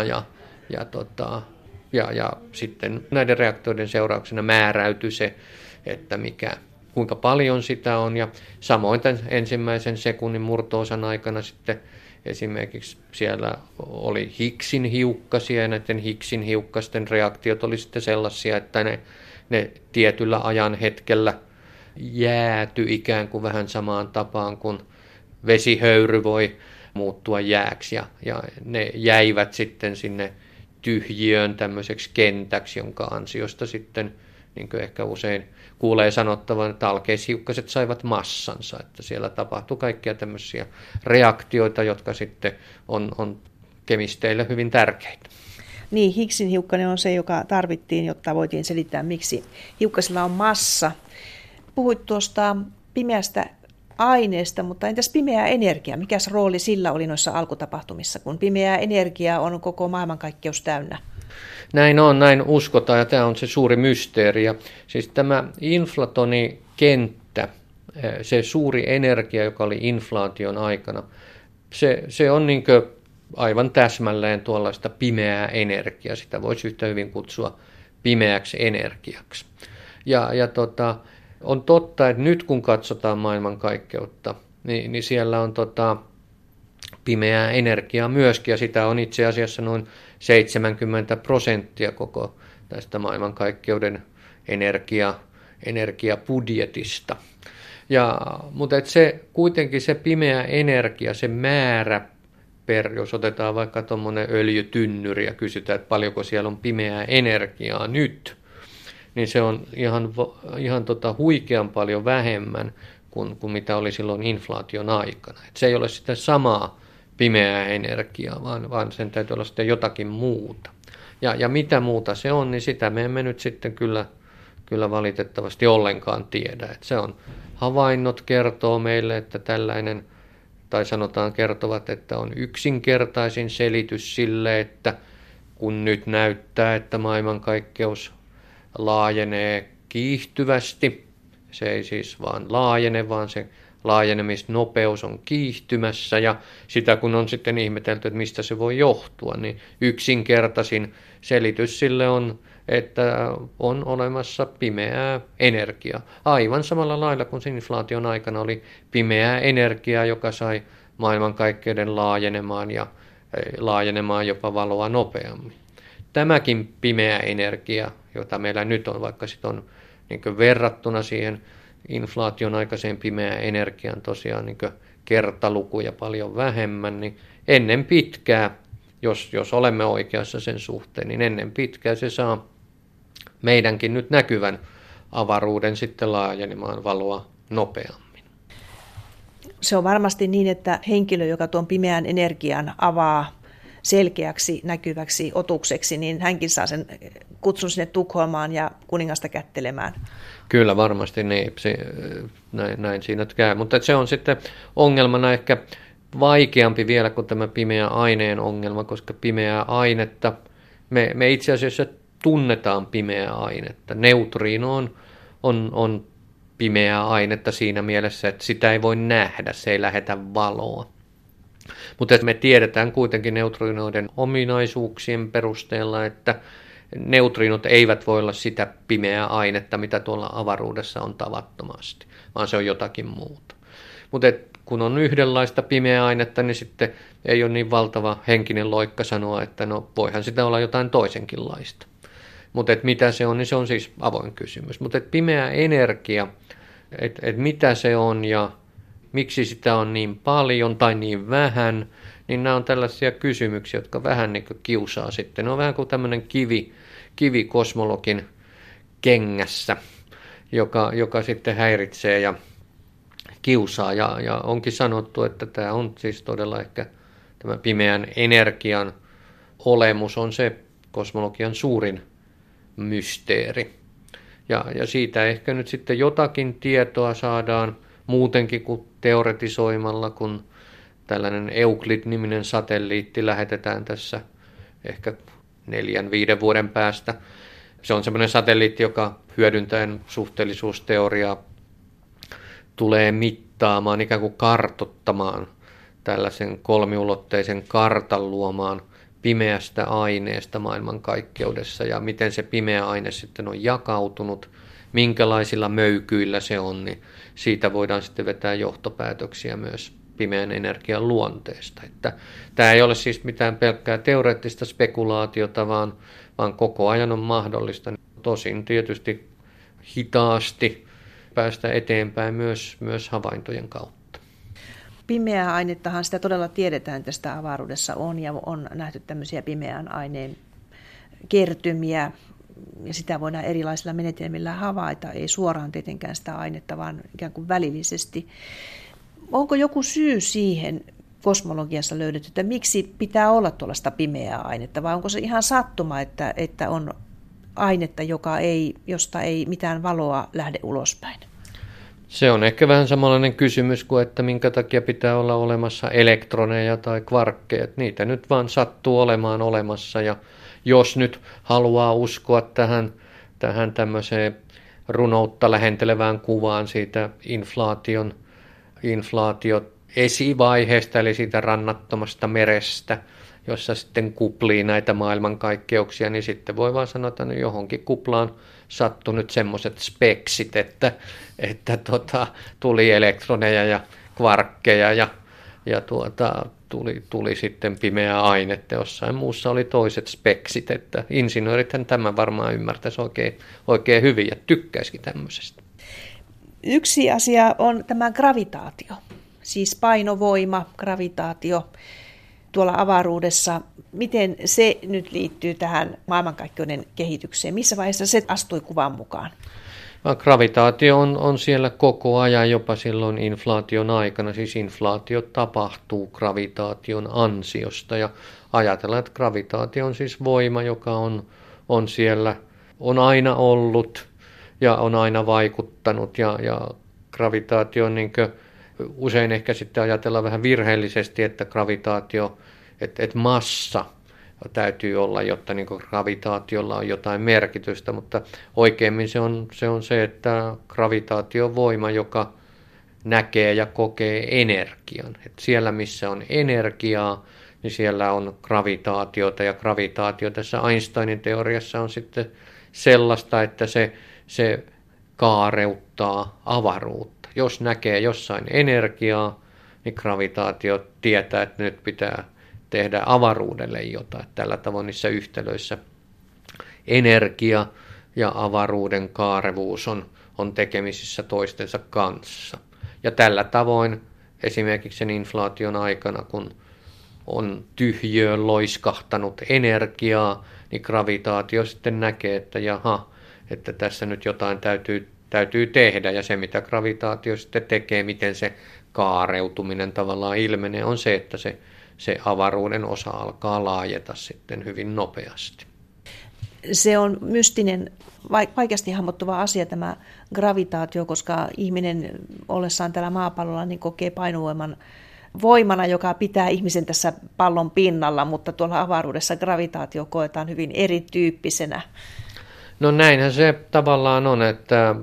[SPEAKER 3] ja sitten näiden reaktoiden seurauksena määräytyi se, että kuinka paljon sitä on, ja samoin tämän ensimmäisen sekunnin murto-osan aikana sitten esimerkiksi siellä oli Higgsin hiukkasia, ja näiden Higgsin hiukkasten reaktiot oli sitten sellaisia, että ne tietyllä ajan hetkellä jääty ikään kuin vähän samaan tapaan kuin vesihöyry voi muuttua jääksi, ja ne jäivät sitten sinne tyhjiöön tämmöiseksi kentäksi, jonka ansiosta sitten, niin kuin ehkä usein kuulee sanottavan, että alkeishiukkaset saivat massansa, että siellä tapahtui kaikkia tämmöisiä reaktioita, jotka sitten on kemisteille hyvin tärkeitä.
[SPEAKER 2] Niin, Higgsin hiukkanen on se, joka tarvittiin, jotta voitiin selittää, miksi hiukkasilla on massa. Puhuit tuosta pimeästä aineesta, mutta entäs pimeä energia? Mikäs rooli sillä oli noissa alkutapahtumissa, kun pimeä energia on koko maailmankaikkeus täynnä?
[SPEAKER 3] Näin uskotaan, ja tämä on se suuri mysteeri. Ja siis tämä inflatonikenttä, se suuri energia, joka oli inflaation aikana, se on niin kuin aivan täsmälleen tuollaista pimeää energiaa. Sitä voisi yhtä hyvin kutsua pimeäksi energiaksi. On totta, että nyt kun katsotaan maailmankaikkeutta, niin siellä on pimeää energiaa myöskin, ja sitä on itse asiassa noin 70% koko tästä maailmankaikkeuden energiabudjetista. Mutta kuitenkin se pimeä energia, se määrä jos otetaan vaikka tuommoinen öljytynnyri ja kysytään, että paljonko siellä on pimeää energiaa nyt, niin se on ihan huikean paljon vähemmän kuin mitä oli silloin inflaation aikana. Et se ei ole sitä samaa pimeää energiaa, vaan sen täytyy olla sitten jotakin muuta. Ja mitä muuta se on, niin sitä me emme nyt sitten kyllä valitettavasti ollenkaan tiedä. Et se on havainnot kertoo meille, että tällainen, tai sanotaan kertovat, että on yksinkertaisin selitys sille, että kun nyt näyttää, että maailmankaikkeus laajenee kiihtyvästi, se ei siis vaan laajene, vaan se laajenemisnopeus on kiihtymässä, ja sitä kun on sitten ihmetelty, että mistä se voi johtua, niin yksinkertaisin selitys sille on, että on olemassa pimeää energiaa. Aivan samalla lailla kuin inflaation aikana oli pimeää energiaa, joka sai maailmankaikkeuden laajenemaan jopa valoa nopeammin. Tämäkin pimeä energia, jota meillä nyt on, vaikka sitten on niin verrattuna siihen inflaation aikaiseen pimeään energiaan tosiaan niin kertalukuja paljon vähemmän, niin ennen pitkää, jos olemme oikeassa sen suhteen, niin ennen pitkää se saa meidänkin nyt näkyvän avaruuden sitten laajenemaan valoa nopeammin.
[SPEAKER 2] Se on varmasti niin, että henkilö, joka tuon pimeän energian avaa selkeäksi, näkyväksi otukseksi, niin hänkin saa sen kutsun sinne Tukholmaan ja kuningasta kättelemään.
[SPEAKER 3] Kyllä varmasti niin, näin siinä käy, mutta se on sitten ongelmana ehkä vaikeampi vielä kuin tämä pimeä aineen ongelma, koska pimeää ainetta Me itse asiassa tunnetaan pimeää ainetta. Neutriino on pimeää ainetta siinä mielessä, että sitä ei voi nähdä, se ei lähetä valoa. Mutta me tiedetään kuitenkin neutrinoiden ominaisuuksien perusteella, että neutriinot eivät voi olla sitä pimeää ainetta, mitä tuolla avaruudessa on tavattomasti, vaan se on jotakin muuta. Mutta kun on yhdenlaista pimeää ainetta, niin sitten ei ole niin valtava henkinen loikka sanoa, että no voihan sitä olla jotain toisenkinlaista. Mutta mitä se on, niin se on siis avoin kysymys. Mutta pimeä energia, että mitä se on ja miksi sitä on niin paljon tai niin vähän, niin nämä on tällaisia kysymyksiä, jotka vähän niin kuin kiusaa sitten. Ne on vähän kuin tämmöinen kivi kosmologin kengässä, joka sitten häiritsee ja kiusaa. Ja onkin sanottu, että tämä on siis todella ehkä tämä pimeän energian olemus on se kosmologian suurin mysteeri. Ja siitä ehkä nyt sitten jotakin tietoa saadaan muutenkin kuin teoretisoimalla, kun tällainen Euclid-niminen satelliitti lähetetään tässä ehkä 4-5 vuoden päästä. Se on semmoinen satelliitti, joka hyödyntäen suhteellisuusteoriaa tulee mittaamaan, ikään kuin kartoittamaan tällaisen kolmiulotteisen kartan luomaan pimeästä aineesta maailmankaikkeudessa ja miten se pimeä aine sitten on jakautunut, minkälaisilla möykyillä se on, niin siitä voidaan sitten vetää johtopäätöksiä myös pimeän energian luonteesta. Että tämä ei ole siis mitään pelkkää teoreettista spekulaatiota, vaan koko ajan on mahdollista. Tosin tietysti hitaasti päästä eteenpäin myös havaintojen kautta.
[SPEAKER 2] Pimeää ainettahan sitä todella tiedetään, että sitä avaruudessa on ja on nähty tämmöisiä pimeän aineen kertymiä. Ja sitä voidaan erilaisilla menetelmillä havaita, ei suoraan tietenkään sitä ainetta, vaan ikään kuin välillisesti. Onko joku syy siihen kosmologiassa löydetty, että miksi pitää olla tuollaista pimeää ainetta, vai onko se ihan sattuma, että on ainetta, josta ei mitään valoa lähde ulospäin?
[SPEAKER 3] Se on ehkä vähän samanlainen kysymys kuin, että minkä takia pitää olla olemassa elektroneja tai kvarkkeja. Niitä nyt vaan sattuu olemaan olemassa ja jos nyt haluaa uskoa tähän tämmöiseen runoutta lähentelevään kuvaan siitä inflaatio esivaiheesta, eli siitä rannattomasta merestä, jossa sitten kuplii näitä maailmankaikkeuksia, niin sitten voi vaan sanoa, että no johonkin kuplaan sattui nyt semmoiset speksit, että tuli elektroneja ja kvarkkeja ja tuli sitten pimeää ainetta, jossain muussa oli toiset speksit, että insinöörithän tämän varmaan ymmärtäisi oikein hyvin ja tykkäisikin tämmöisestä.
[SPEAKER 2] Yksi asia on tämä gravitaatio, siis painovoima, gravitaatio tuolla avaruudessa. Miten se nyt liittyy tähän maailmankaikkeuden kehitykseen? Missä vaiheessa se astui kuvan mukaan?
[SPEAKER 3] Gravitaatio on siellä koko ajan, jopa silloin inflaation aikana. Siis inflaatio tapahtuu gravitaation ansiosta ja ajatellaan, että gravitaatio on siis voima, joka on siellä, on aina ollut ja on aina vaikuttanut ja gravitaatio niin kuin usein ehkä sitten ajatellaan vähän virheellisesti, että gravitaatio, että massa täytyy olla, jotta niin kuin gravitaatiolla on jotain merkitystä, mutta oikeimmin se on se, että gravitaatio on voima, joka näkee ja kokee energian. Et siellä, missä on energiaa, niin siellä on gravitaatiota, ja gravitaatio tässä Einsteinin teoriassa on sitten sellaista, että se kaareuttaa avaruutta. Jos näkee jossain energiaa, niin gravitaatio tietää, että nyt pitää tehdä avaruudelle jotain. Tällä tavoin niissä yhtälöissä energia ja avaruuden kaarevuus on tekemisissä toistensa kanssa. Ja tällä tavoin esimerkiksi sen inflaation aikana, kun on tyhjöön loiskahtanut energiaa, niin gravitaatio sitten näkee, että jaha, että tässä nyt jotain täytyy tehdä. Ja se, mitä gravitaatio sitten tekee, miten se kaareutuminen tavallaan ilmenee, on se, että se avaruuden osa alkaa laajeta sitten hyvin nopeasti.
[SPEAKER 2] Se on mystinen, vaikeasti hahmottuva asia tämä gravitaatio, koska ihminen ollessaan täällä maapallolla niin kokee painovoiman voimana, joka pitää ihmisen tässä pallon pinnalla, mutta tuolla avaruudessa gravitaatio koetaan hyvin erityyppisenä.
[SPEAKER 3] No näinhän se tavallaan on, että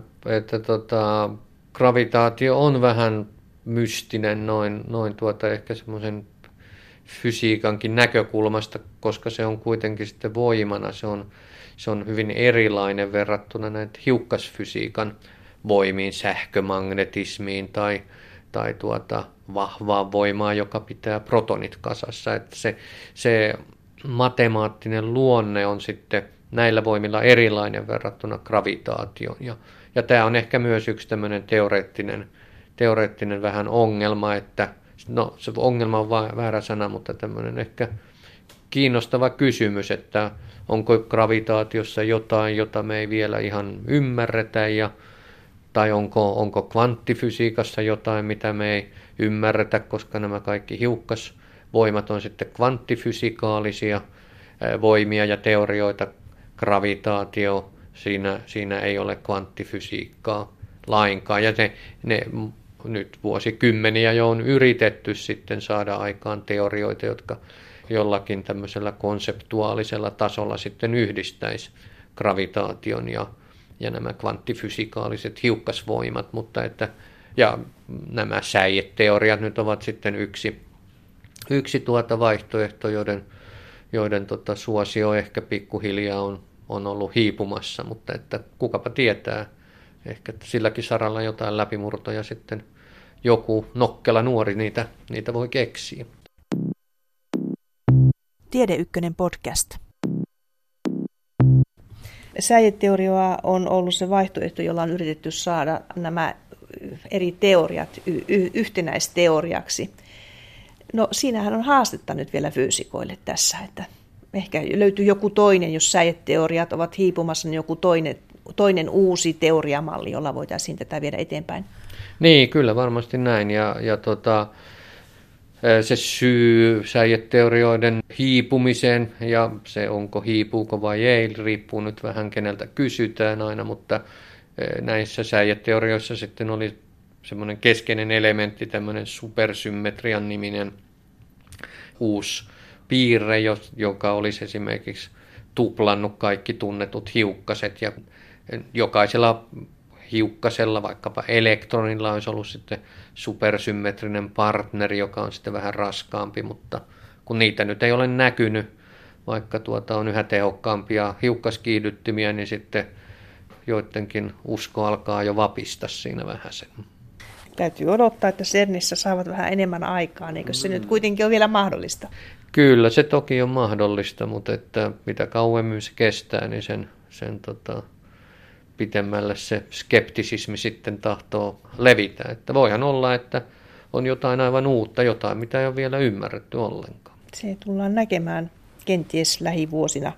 [SPEAKER 3] gravitaatio on vähän mystinen noin ehkä semmoisen fysiikankin näkökulmasta, koska se on kuitenkin sitten voimana. Se on hyvin erilainen verrattuna näitä hiukkasfysiikan voimiin, sähkömagnetismiin tai vahvaa voimaa, joka pitää protonit kasassa. Että se matemaattinen luonne on sitten näillä voimilla erilainen verrattuna gravitaatioon. Ja tämä on ehkä myös yksi tämmöinen teoreettinen vähän ongelma, että no se ongelma on väärä sana, mutta tämmöinen ehkä kiinnostava kysymys, että onko gravitaatiossa jotain, jota me ei vielä ihan ymmärretä, tai onko kvanttifysiikassa jotain, mitä me ei ymmärretä, koska nämä kaikki hiukkasvoimat on sitten kvanttifysikaalisia voimia ja teorioita. Gravitaatio, siinä ei ole kvanttifysiikkaa lainkaan, ja ne nyt vuosikymmeniä jo on yritetty sitten saada aikaan teorioita, jotka jollakin tämmöisellä konseptuaalisella tasolla sitten yhdistäisi gravitaation ja nämä kvanttifysikaaliset hiukkasvoimat, ja nämä säieteoriat nyt ovat sitten yksi vaihtoehto, joiden suosio ehkä pikkuhiljaa on ollut hiipumassa, mutta että kukapa tietää, ehkä silläkin saralla jotain läpimurtoja sitten joku nokkela nuori niitä voi keksiä.
[SPEAKER 2] Tiede Ykkönen podcast. Säieteoria on ollut se vaihtoehto, jolla on yritetty saada nämä eri teoriat yhtenäisteoriaksi. No siinähän on haastetta nyt vielä fyysikoille tässä, että ehkä löytyy joku toinen, jos säieteoriat ovat hiipumassa, niin joku toinen uusi teoriamalli, jolla voitaisiin tätä viedä eteenpäin.
[SPEAKER 3] Niin, kyllä varmasti näin. Se syy säieteorioiden hiipumiseen, ja se hiipuuko vai ei, riippuu nyt vähän keneltä kysytään aina, mutta näissä säieteorioissa sitten oli semmoinen keskeinen elementti, tämmöinen supersymmetrian niminen uusi piirre, joka olisi esimerkiksi tuplannut kaikki tunnetut hiukkaset, ja jokaisella hiukkasella, vaikkapa elektronilla, olisi ollut sitten supersymmetrinen partneri, joka on sitten vähän raskaampi, mutta kun niitä nyt ei ole näkynyt, vaikka on yhä tehokkaampia hiukkaskiihdyttimiä, niin sitten joidenkin usko alkaa jo vapista siinä vähän sen.
[SPEAKER 2] Täytyy odottaa, että CERNissä saavat vähän enemmän aikaa, eikö se nyt kuitenkin ole vielä mahdollista?
[SPEAKER 3] Kyllä, se toki on mahdollista, mutta että mitä kauemmin se kestää, niin sen pitemmälle se skeptisismi sitten tahtoo levitä. Että voihan olla, että on jotain aivan uutta, jotain mitä ei ole vielä ymmärretty ollenkaan.
[SPEAKER 2] Se tullaan näkemään kenties lähivuosina.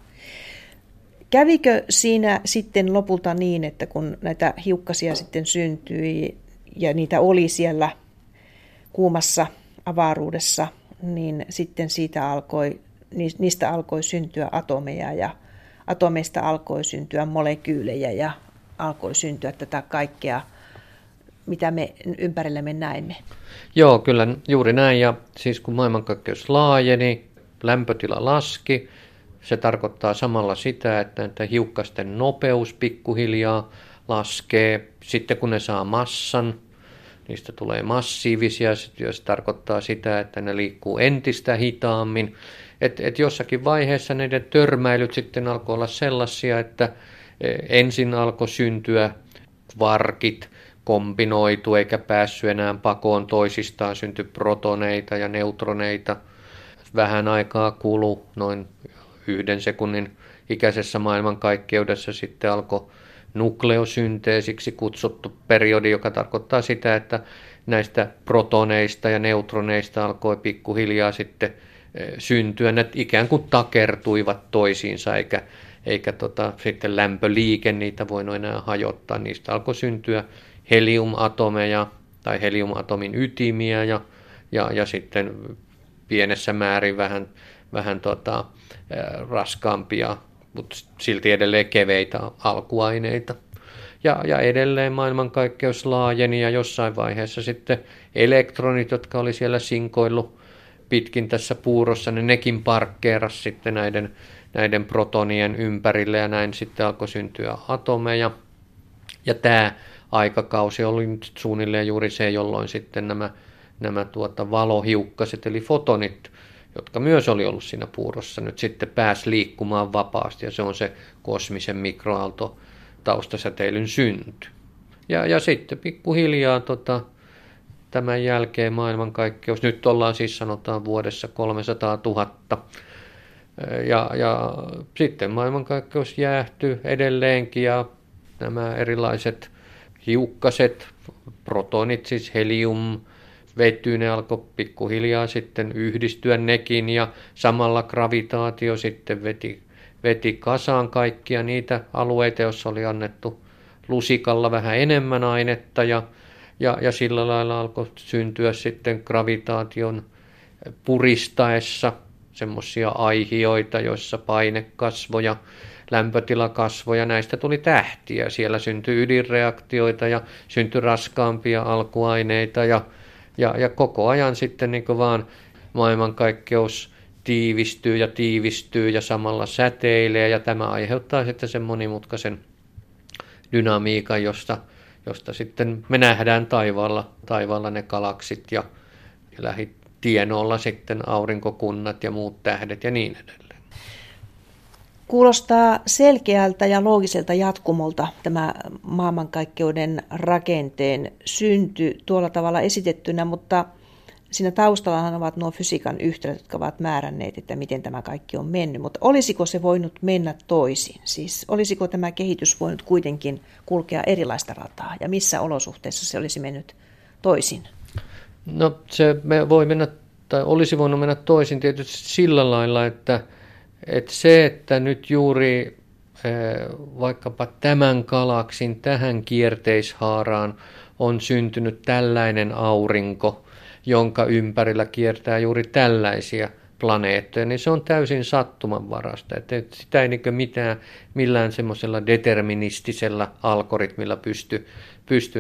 [SPEAKER 2] Kävikö siinä sitten lopulta niin, että kun näitä hiukkasia sitten syntyi ja niitä oli siellä kuumassa avaruudessa, niin sitten niistä alkoi syntyä atomeja ja atomeista alkoi syntyä molekyylejä ja alkoi syntyä tätä kaikkea, mitä me ympärillämme näemme.
[SPEAKER 3] Joo, kyllä juuri näin. Ja siis kun maailmankaikkeus laajeni, lämpötila laski, se tarkoittaa samalla sitä, että hiukkasten nopeus pikkuhiljaa laskee. Sitten kun ne saa massan, niistä tulee massiivisia, se tarkoittaa sitä, että ne liikkuu entistä hitaammin. Et jossakin vaiheessa niiden törmäilyt sitten alkoi olla sellaisia, että ensin alkoi syntyä kvarkit, kombinoitu eikä päässyt enää pakoon toisistaan, syntyi protoneita ja neutroneita. Vähän aikaa kului, noin 1 sekunnin ikäisessä maailmankaikkeudessa sitten alkoi nukleosynteesiksi kutsuttu periodi, joka tarkoittaa sitä, että näistä protoneista ja neutroneista alkoi pikkuhiljaa sitten syntyä, ne ikään kuin takertuivat toisiinsa, eikä sitten lämpöliike niitä voinut enää hajottaa. Niistä alkoi syntyä heliumatomeja tai heliumatomin ytimiä ja sitten pienessä määrin vähän raskaampia, mutta silti edelleen keveitä alkuaineita. Ja edelleen maailmankaikkeus laajeni ja jossain vaiheessa sitten elektronit, jotka oli siellä sinkoillut pitkin tässä puurossa, niin nekin parkkeeras sitten näiden protonien ympärille ja näin sitten alkoi syntyä atomeja. Ja tämä aikakausi oli nyt suunnilleen juuri se, jolloin sitten nämä valohiukkaset eli fotonit, jotka myös oli ollut siinä puurossa, nyt sitten pääsi liikkumaan vapaasti ja se on se kosmisen mikroaalto taustasäteilyn synty. Ja sitten pikkuhiljaa tämän jälkeen maailmankaikkeus, nyt ollaan siis sanotaan vuodessa 300 000, ja sitten maailmankaikkeus jäähtyy edelleenkin ja nämä erilaiset hiukkaset, protonit, siis helium, vety, ne alkoi pikkuhiljaa sitten yhdistyä nekin ja samalla gravitaatio sitten veti kasaan kaikkia niitä alueita, joissa oli annettu lusikalla vähän enemmän ainetta ja sillä lailla alkoi syntyä sitten gravitaation puristaessa semmoisia aihioita, joissa paine kasvoi ja lämpötila kasvoi ja näistä tuli tähtiä. Siellä syntyi ydinreaktioita ja syntyi raskaampia alkuaineita ja koko ajan sitten niin kuin vaan maailmankaikkeus tiivistyy ja samalla säteilee ja tämä aiheuttaa sitten sen monimutkaisen dynamiikan, josta sitten me nähdään taivaalla ne galaksit ja lähitienoilla sitten aurinkokunnat ja muut tähdet ja niin edelleen.
[SPEAKER 2] Kuulostaa selkeältä ja loogiselta jatkumolta tämä maailmankaikkeuden rakenteen synty tuolla tavalla esitettynä, mutta siinä taustallahan ovat nuo fysiikan yhtälöt, jotka ovat määränneet, että miten tämä kaikki on mennyt. Mutta olisiko se voinut mennä toisin? Siis olisiko tämä kehitys voinut kuitenkin kulkea erilaista rataa ja missä olosuhteissa se olisi mennyt toisin?
[SPEAKER 3] No se voi mennä, tai olisi voinut mennä toisin tietysti sillä lailla, että se, että nyt juuri vaikkapa tämän galaksin tähän kierteishaaraan on syntynyt tällainen aurinko, jonka ympärillä kiertää juuri tällaisia planeettoja, niin se on täysin sattumanvarasta. Että sitä ei millään semmoisella deterministisella algoritmilla pysty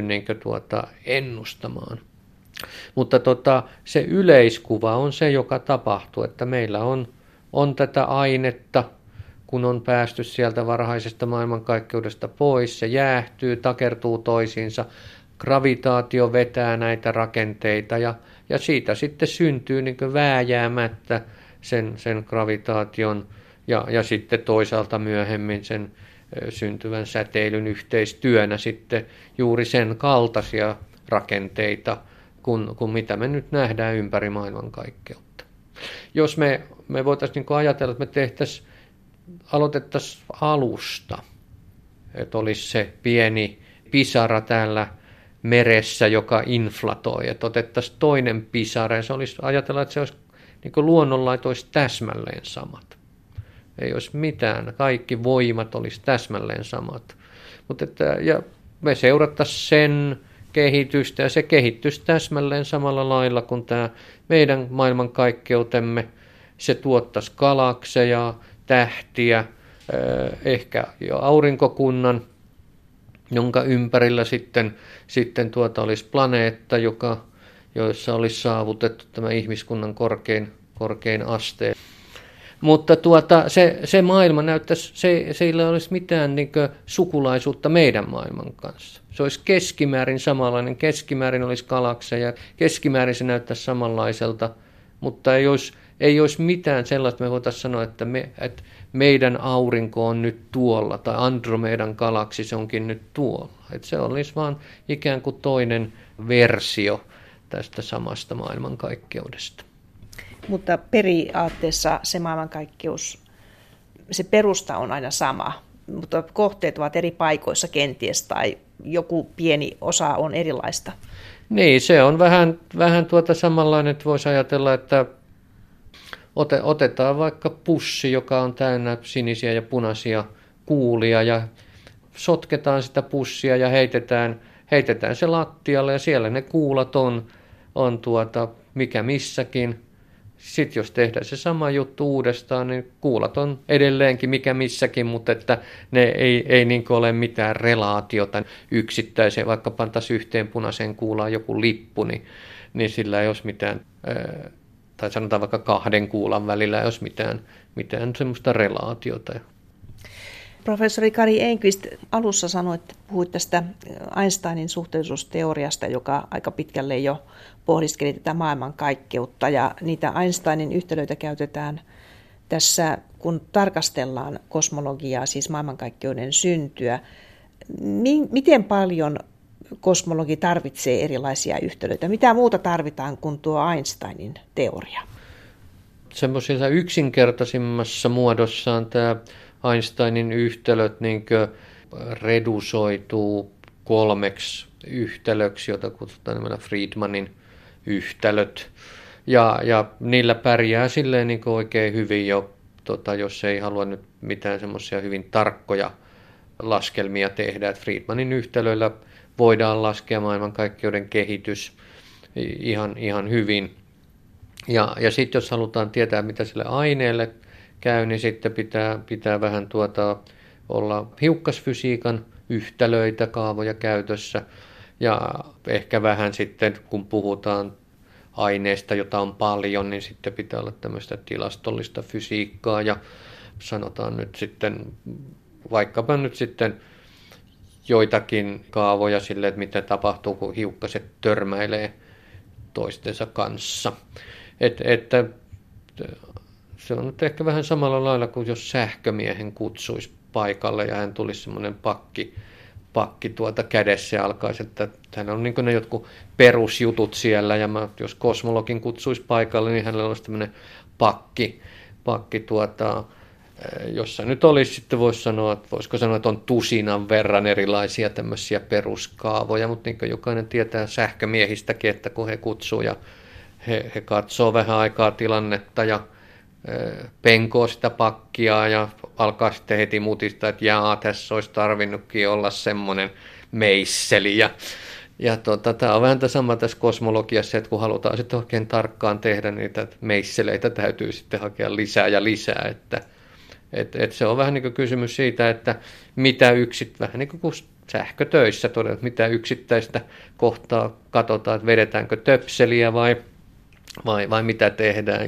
[SPEAKER 3] ennustamaan. Mutta se yleiskuva on se, joka tapahtuu, että meillä on tätä ainetta, kun on päästy sieltä varhaisesta maailmankaikkeudesta pois, se jäähtyy, takertuu toisiinsa, gravitaatio vetää näitä rakenteita ja siitä sitten syntyy niin kuin vääjäämättä sen gravitaation ja sitten toisaalta myöhemmin sen syntyvän säteilyn yhteistyönä sitten juuri sen kaltaisia rakenteita, kuin mitä me nyt nähdään ympäri maailmankaikkeutta. Jos me voitaisiin niin ajatella, että me aloitettaisiin alusta, että olisi se pieni pisara täällä meressä, joka inflatoi, että otettaisiin toinen pisara ja se olisi ajatella, että se olisi niin kuin luonnonlait olisi täsmälleen samat. Ei olisi mitään, kaikki voimat olisi täsmälleen samat. Ja me seurattaisiin sen kehitystä ja se kehittyisi täsmälleen samalla lailla kuin tämä meidän maailmankaikkeutemme. Se tuottaisi galakseja, tähtiä, ehkä jo aurinkokunnan, jonka ympärillä sitten olisi planeetta, joissa olisi saavutettu tämä ihmiskunnan korkein aste. Mutta se maailma näyttäisi, se ei olisi mitään niin kuin sukulaisuutta meidän maailman kanssa. Se olisi keskimäärin samanlainen, keskimäärin olisi galakseja, keskimäärin se näyttäisi samanlaiselta, mutta ei olisi mitään sellaista, me voitaisiin sanoa, että meidän aurinko on nyt tuolla, tai Andromedan galaksi se onkin nyt tuolla. Että se olisi vaan ikään kuin toinen versio tästä samasta maailmankaikkeudesta.
[SPEAKER 2] Mutta periaatteessa se maailmankaikkeus, se perusta on aina sama, mutta kohteet ovat eri paikoissa kenties tai joku pieni osa on erilaista.
[SPEAKER 3] Niin, se on vähän samanlainen, että voisi ajatella, että otetaan vaikka pussi, joka on täynnä sinisiä ja punaisia kuulia ja sotketaan sitä pussia ja heitetään se lattialle ja siellä ne kuulat on mikä missäkin. Sitten jos tehdään se sama juttu uudestaan, niin kuulat on edelleenkin mikä missäkin, mutta että ne ei niin ole mitään relaatiota yksittäiseen, vaikka pantaisiin yhteen punaiseen kuulaan joku lippu, niin sillä ei olisi mitään, tai sanotaan vaikka kahden kuulan välillä ei olisi mitään semmoista relaatiota.
[SPEAKER 2] Professori Kari Enqvist, alussa sanoit, että puhuit tästä Einsteinin suhteellisuusteoriasta, joka aika pitkälle jo pohdiskeli tätä maailmankaikkeutta, ja niitä Einsteinin yhtälöitä käytetään tässä, kun tarkastellaan kosmologiaa, siis maailmankaikkeuden syntyä. Miten paljon kosmologi tarvitsee erilaisia yhtälöitä? Mitä muuta tarvitaan kuin tuo Einsteinin teoria?
[SPEAKER 3] Semmoisessa yksinkertaisimmassa muodossaan tämä Einsteinin yhtälöt niin redusoituu 3 yhtälöksi, jota kutsutaan Friedmanin yhtälöt. Ja niillä pärjää silleen niin oikein hyvin jo, jos ei halua nyt mitään semmoisia hyvin tarkkoja laskelmia tehdä. Et Friedmanin yhtälöillä voidaan laskea maailmankaikkeuden kehitys ihan hyvin. Ja sitten jos halutaan tietää, mitä sille aineelle käy, niin sitten pitää vähän olla hiukkasfysiikan yhtälöitä, kaavoja käytössä. Ja ehkä vähän sitten, kun puhutaan aineesta, jota on paljon, niin sitten pitää olla tämmöistä tilastollista fysiikkaa. Ja sanotaan nyt sitten, vaikkapa nyt sitten joitakin kaavoja sille, että mitä tapahtuu, kun hiukkaset törmäilee toistensa kanssa. Että se on nyt ehkä vähän samalla lailla kuin jos sähkömiehen kutsuisi paikalle ja hän tulisi semmoinen pakki kädessä ja alkaisi, että hän on niin kuin ne jotkut perusjutut siellä ja jos kosmologin kutsuisi paikalle, niin hänellä olisi tämmöinen pakki jossa nyt olisi sitten voisiko sanoa, että on tusinan verran erilaisia tämmöisiä peruskaavoja, mutta niin kuin jokainen tietää sähkömiehistäkin, että kun he kutsuu ja he katsoo vähän aikaa tilannetta ja penkoo sitä pakkia ja alkaa sitten heti mutista, että tässä olisi tarvinnutkin olla semmoinen meisseli. Ja tämä on vähän sama tässä kosmologiassa, että kun halutaan sitten oikein tarkkaan tehdä niitä meisseleitä, täytyy sitten hakea lisää ja lisää. Että se on vähän niin kuin kysymys siitä, että vähän niin kuin sähkötöissä todella, mitä yksittäistä kohtaa katsotaan, että vedetäänkö töpseliä vai mitä tehdään.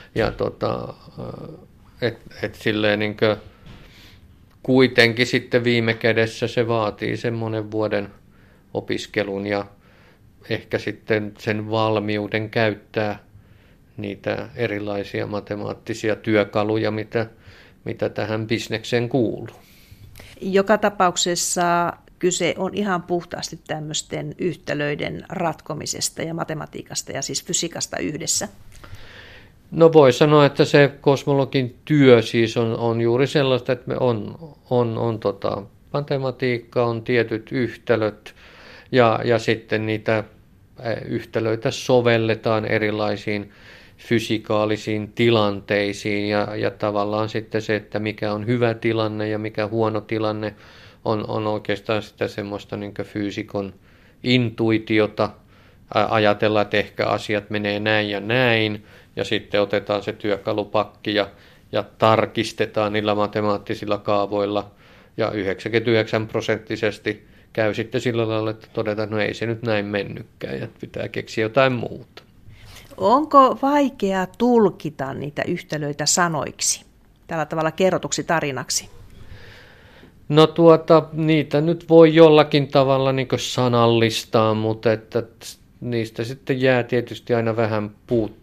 [SPEAKER 3] Silleen niin kuin kuitenkin sitten viime kädessä se vaatii sen monen vuoden opiskelun ja ehkä sitten sen valmiuden käyttää niitä erilaisia matemaattisia työkaluja, mitä tähän bisnekseen kuuluu.
[SPEAKER 2] Joka tapauksessa kyse on ihan puhtaasti tämmöisten yhtälöiden ratkomisesta ja matematiikasta ja siis fysiikasta yhdessä.
[SPEAKER 3] No voi sanoa, että se kosmologin työ siis on juuri sellaista, että on matematiikka, on tietyt yhtälöt ja sitten niitä yhtälöitä sovelletaan erilaisiin fysikaalisiin tilanteisiin ja tavallaan sitten se, että mikä on hyvä tilanne ja mikä huono tilanne on oikeastaan sitä semmoista niin kuin fyysikon intuitiota ajatella, että ehkä asiat menee näin ja näin ja sitten otetaan se työkalupakki ja tarkistetaan niillä matemaattisilla kaavoilla ja 99% käy sitten sillä lailla, että todetaan, että no ei se nyt näin mennytkään ja pitää keksiä jotain muuta.
[SPEAKER 2] Onko vaikea tulkita niitä yhtälöitä sanoiksi, tällä tavalla kerrotuksi tarinaksi?
[SPEAKER 3] No niitä nyt voi jollakin tavalla niin kuin sanallistaa, mutta että niistä sitten jää tietysti aina vähän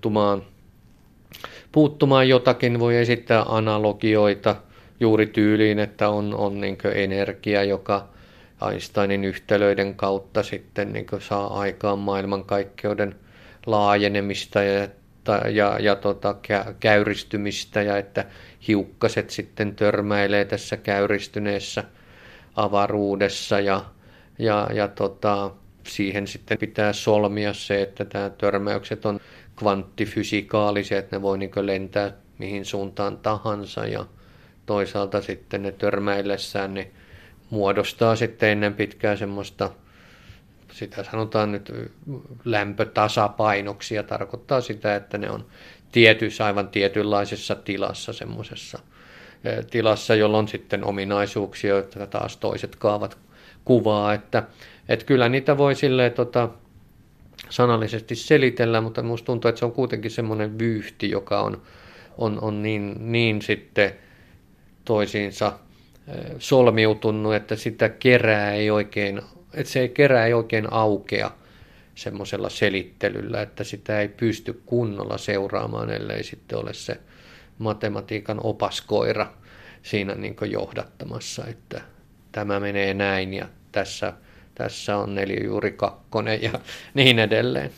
[SPEAKER 3] puuttumaan jotakin, voi esittää analogioita juuri tyyliin, että on niin kuin energia, joka Einsteinin yhtälöiden kautta sitten niin kuin saa aikaan maailmankaikkeuden laajenemista ja käyristymistä ja että hiukkaset sitten törmäilee tässä käyristyneessä avaruudessa ja siihen sitten pitää solmia se, että nämä törmäykset on kvanttifysikaalisia, että ne voi niin kuin lentää mihin suuntaan tahansa ja toisaalta sitten ne törmäillessään ne muodostaa sitten ennen pitkää semmoista, sitä sanotaan nyt lämpötasapainoksia, tarkoittaa sitä, että ne on aivan tietynlaisessa tilassa, semmoisessa tilassa, jolla on sitten ominaisuuksia, joita taas toiset kaavat kuvaa, että kyllä niitä voi silleen sanallisesti selitellä, mutta minusta tuntuu, että se on kuitenkin semmoinen vyyhti, joka on niin sitten toisiinsa solmiutunut, että sitä kerää ei oikein aukea semmoisella selittelyllä, että sitä ei pysty kunnolla seuraamaan, ellei sitten ole se matematiikan opaskoira siinä niin kuin johdattamassa, että tämä menee näin ja tässä on 4 juuri 2 ja niin edelleen.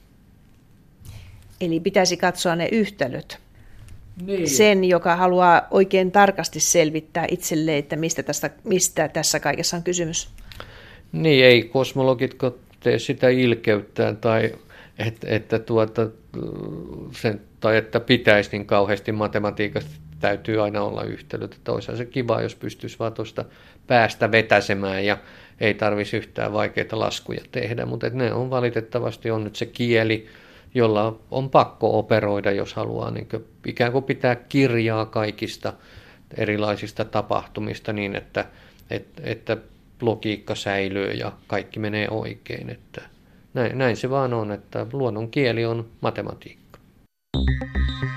[SPEAKER 2] Eli pitäisi katsoa ne yhtälöt.
[SPEAKER 3] Niin.
[SPEAKER 2] Sen, joka haluaa oikein tarkasti selvittää itselleen, että mistä tässä kaikessa on kysymys.
[SPEAKER 3] Niin, ei kosmologitko tee sitä ilkeyttään tai että pitäisi niin kauheasti matematiikasta, täytyy aina olla yhtälöt. Että olisihan se kiva, jos pystyisi vaan tuosta päästä vetäsemään ja ei tarvitsisi yhtään vaikeita laskuja tehdä, mutta ne on valitettavasti nyt se kieli, jolla on pakko operoida, jos haluaa niin kuin ikään kuin pitää kirjaa kaikista erilaisista tapahtumista niin, että logiikka säilyy ja kaikki menee oikein. Että näin se vaan on, että luonnon kieli on matematiikka.